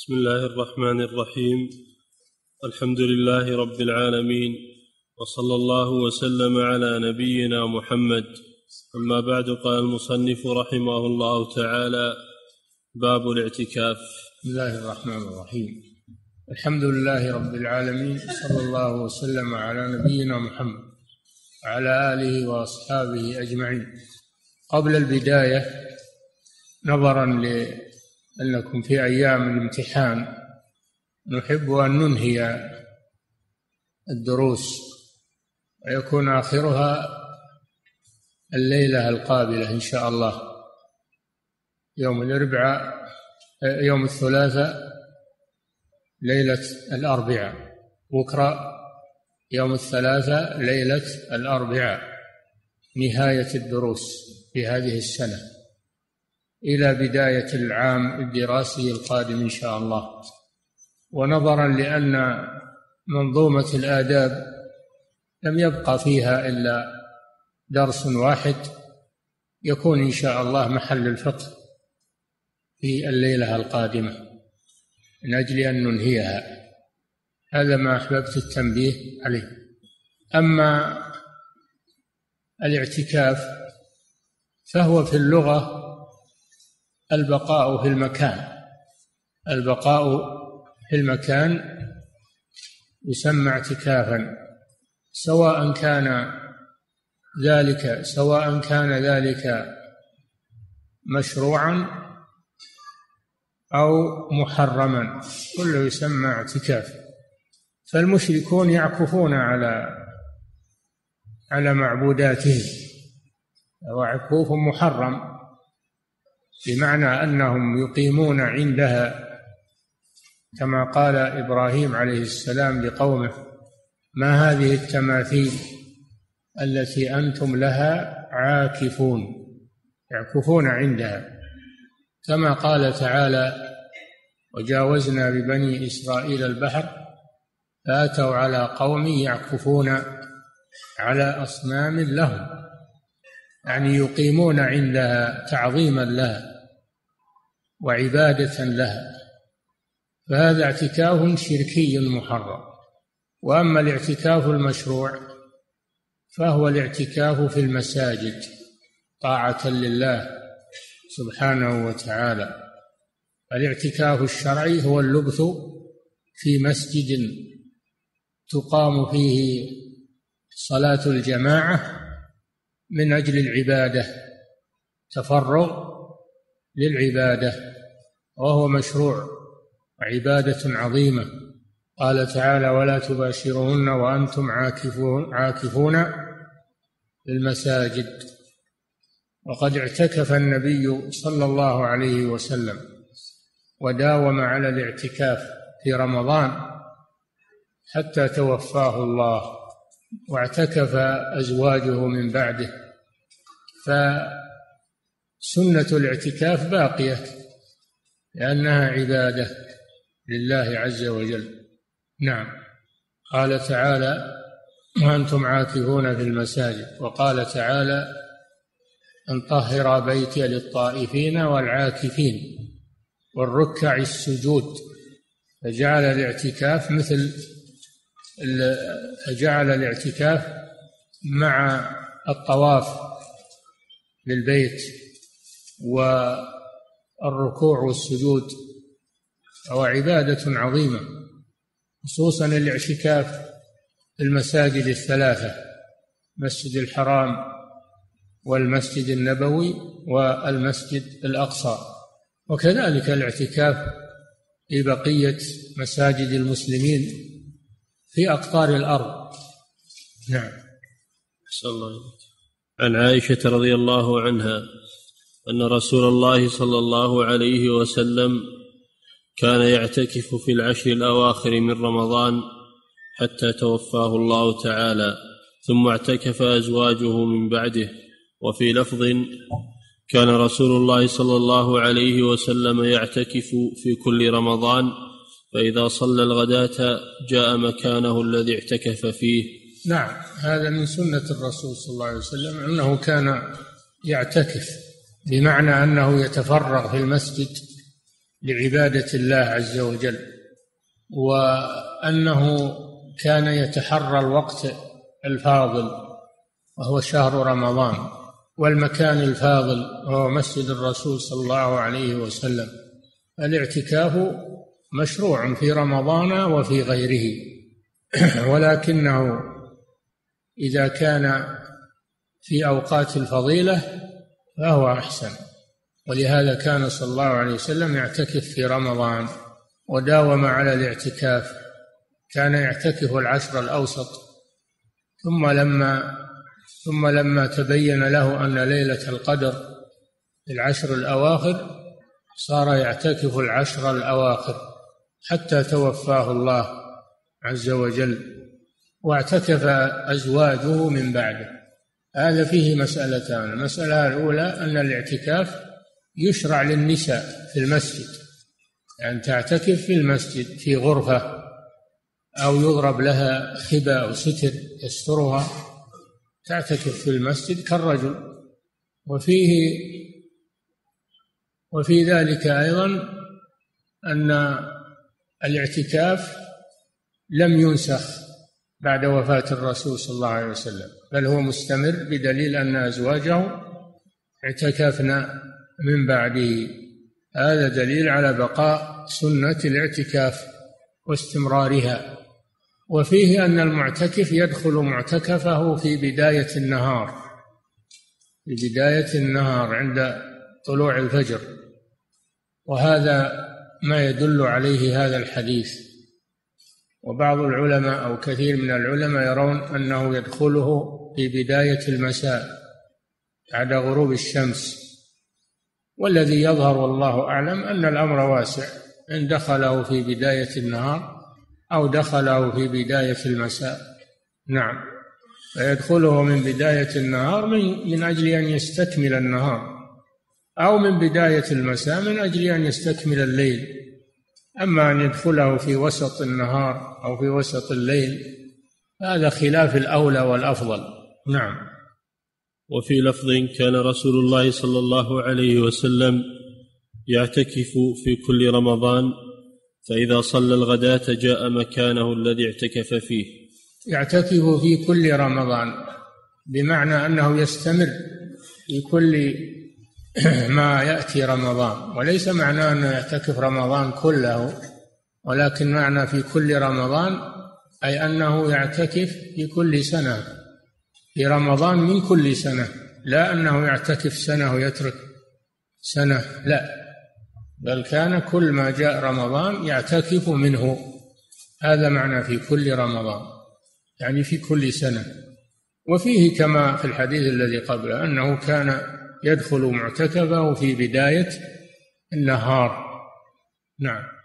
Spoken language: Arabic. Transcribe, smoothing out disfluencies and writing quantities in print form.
بسم الله الرحمن الرحيم. الحمد لله رب العالمين، وصلى الله وسلم على نبينا محمد. أما بعد، قال المصنف رحمه الله تعالى: باب الاعتكاف. بسم الله الرحمن الرحيم. الحمد لله رب العالمين، صلى الله وسلم على نبينا محمد وعلى آله وأصحابه أجمعين. قبل البداية، نظرا لأنكم في أيام الامتحان، نحب أن ننهي الدروس ويكون آخرها الليلة القابلة إن شاء الله، يوم الثلاثاء ليلة الأربعاء، بكرة يوم الثلاثاء ليلة الأربعاء، نهاية الدروس في هذه السنة إلى بداية العام الدراسي القادم إن شاء الله. ونظرا لأن منظومة الآداب لم يبقى فيها إلا درس واحد، يكون إن شاء الله محل الفقه في الليلة القادمة من أجل أن ننهيها. هذا ما أحببت التنبيه عليه. أما الاعتكاف فهو في اللغة البقاء في المكان. البقاء في المكان يسمى اعتكافا، سواء كان ذلك مشروعا أو محرما، كله يسمى اعتكاف. فالمشركون يعكفون على معبوداتهم، وعكوف محرم بمعنى أنهم يقيمون عندها، كما قال إبراهيم عليه السلام لقومه: ما هذه التماثيل التي أنتم لها عاكفون، يعكفون عندها. كما قال تعالى: وجاوزنا ببني إسرائيل البحر فأتوا على قوم يعكفون على أصنام لهم، يعني يقيمون عندها تعظيما لها وعبادة لها. فهذا اعتكاف شركي محرم. وأما الاعتكاف المشروع فهو الاعتكاف في المساجد طاعة لله سبحانه وتعالى. الاعتكاف الشرعي هو اللبث في مسجد تقام فيه صلاة الجماعة من أجل العبادة، تفرغ للعبادة، وهو مشروع وعبادة عظيمة. قال تعالى: ولا تباشرون وأنتم عاكفون في المساجد. وقد اعتكف النبي صلى الله عليه وسلم وداوم على الاعتكاف في رمضان حتى توفاه الله، واعتكف أزواجه من بعده. فسنة الاعتكاف باقية لأنها عبادة لله عز وجل. نعم. قال تعالى: وأنتم عاكفون في المساجد. وقال تعالى: أن طهر بيتي للطائفين والعاكفين والركع السجود. فجعل الاعتكاف مع الطواف للبيت والركوع والسجود، وهو عبادة عظيمة، خصوصا الاعتكاف في المساجد الثلاثة: المسجد الحرام والمسجد النبوي والمسجد الأقصى. وكذلك الاعتكاف في بقية مساجد المسلمين في أقطار الأرض. نعم. صلى الله عليه وسلم. عن عائشة رضي الله عنها أن رسول الله صلى الله عليه وسلم كان يعتكف في العشر الأواخر من رمضان حتى توفاه الله تعالى، ثم اعتكف أزواجه من بعده. وفي لفظ: كان رسول الله صلى الله عليه وسلم يعتكف في كل رمضان، فإذا صلى الغداة جاء مكانه الذي اعتكف فيه. نعم، هذا من سنة الرسول صلى الله عليه وسلم أنه كان يعتكف، بمعنى أنه يتفرغ في المسجد لعبادة الله عز وجل، وأنه كان يتحرى الوقت الفاضل وهو شهر رمضان، والمكان الفاضل وهو مسجد الرسول صلى الله عليه وسلم. الاعتكاف مشروع في رمضان وفي غيره، ولكنه إذا كان في أوقات الفضيلة فهو أحسن. ولهذا كان صلى الله عليه وسلم يعتكف في رمضان وداوم على الاعتكاف، كان يعتكف العشر الأوسط، ثم لما تبين له أن ليلة القدر في العشر الأواخر صار يعتكف العشر الأواخر حتى توفاه الله عز وجل، واعتكف أزواجه من بعده. هذا فيه مسألتان: المسألة الأولى أن الاعتكاف يشرع للنساء في المسجد، يعني تعتكف في المسجد في غرفة أو يضرب لها خباء أو ستر يسترها، تعتكف في المسجد كالرجل. وفي ذلك أيضا أن الاعتكاف لم ينسخ بعد وفاة الرسول صلى الله عليه وسلم، بل هو مستمر، بدليل أن أزواجه اعتكفنا من بعده. هذا دليل على بقاء سنة الاعتكاف واستمرارها. وفيه أن المعتكف يدخل معتكفه في بداية النهار عند طلوع الفجر، وهذا ما يدل عليه هذا الحديث. وبعض العلماء أو كثير من العلماء يرون أنه يدخله في بداية المساء بعد غروب الشمس، والذي يظهر والله أعلم أن الأمر واسع، إن دخله في بداية النهار أو دخله في بداية المساء. نعم، فيدخله من بداية النهار من أجل أن يستكمل النهار، أو من بداية المساء من أجل أن يستكمل الليل. أما أن يدخله في وسط النهار أو في وسط الليل هذا خلاف الأولى والأفضل. نعم. وفي لفظ: كان رسول الله صلى الله عليه وسلم يعتكف في كل رمضان، فإذا صلى الغداة جاء مكانه الذي اعتكف فيه. يعتكف في كل رمضان بمعنى أنه يستمر في كل ما يأتي رمضان، وليس معناه أنه يعتكف رمضان كله، ولكن معنى في كل رمضان أي أنه يعتكف في كل سنة، في رمضان من كل سنة، لا أنه يعتكف سنة ويترك سنة، لا، بل كان كل ما جاء رمضان يعتكف منه. هذا معنى في كل رمضان، يعني في كل سنة. وفيه كما في الحديث الذي قبله أنه كان يدخل معتكفه في بداية النهار. نعم.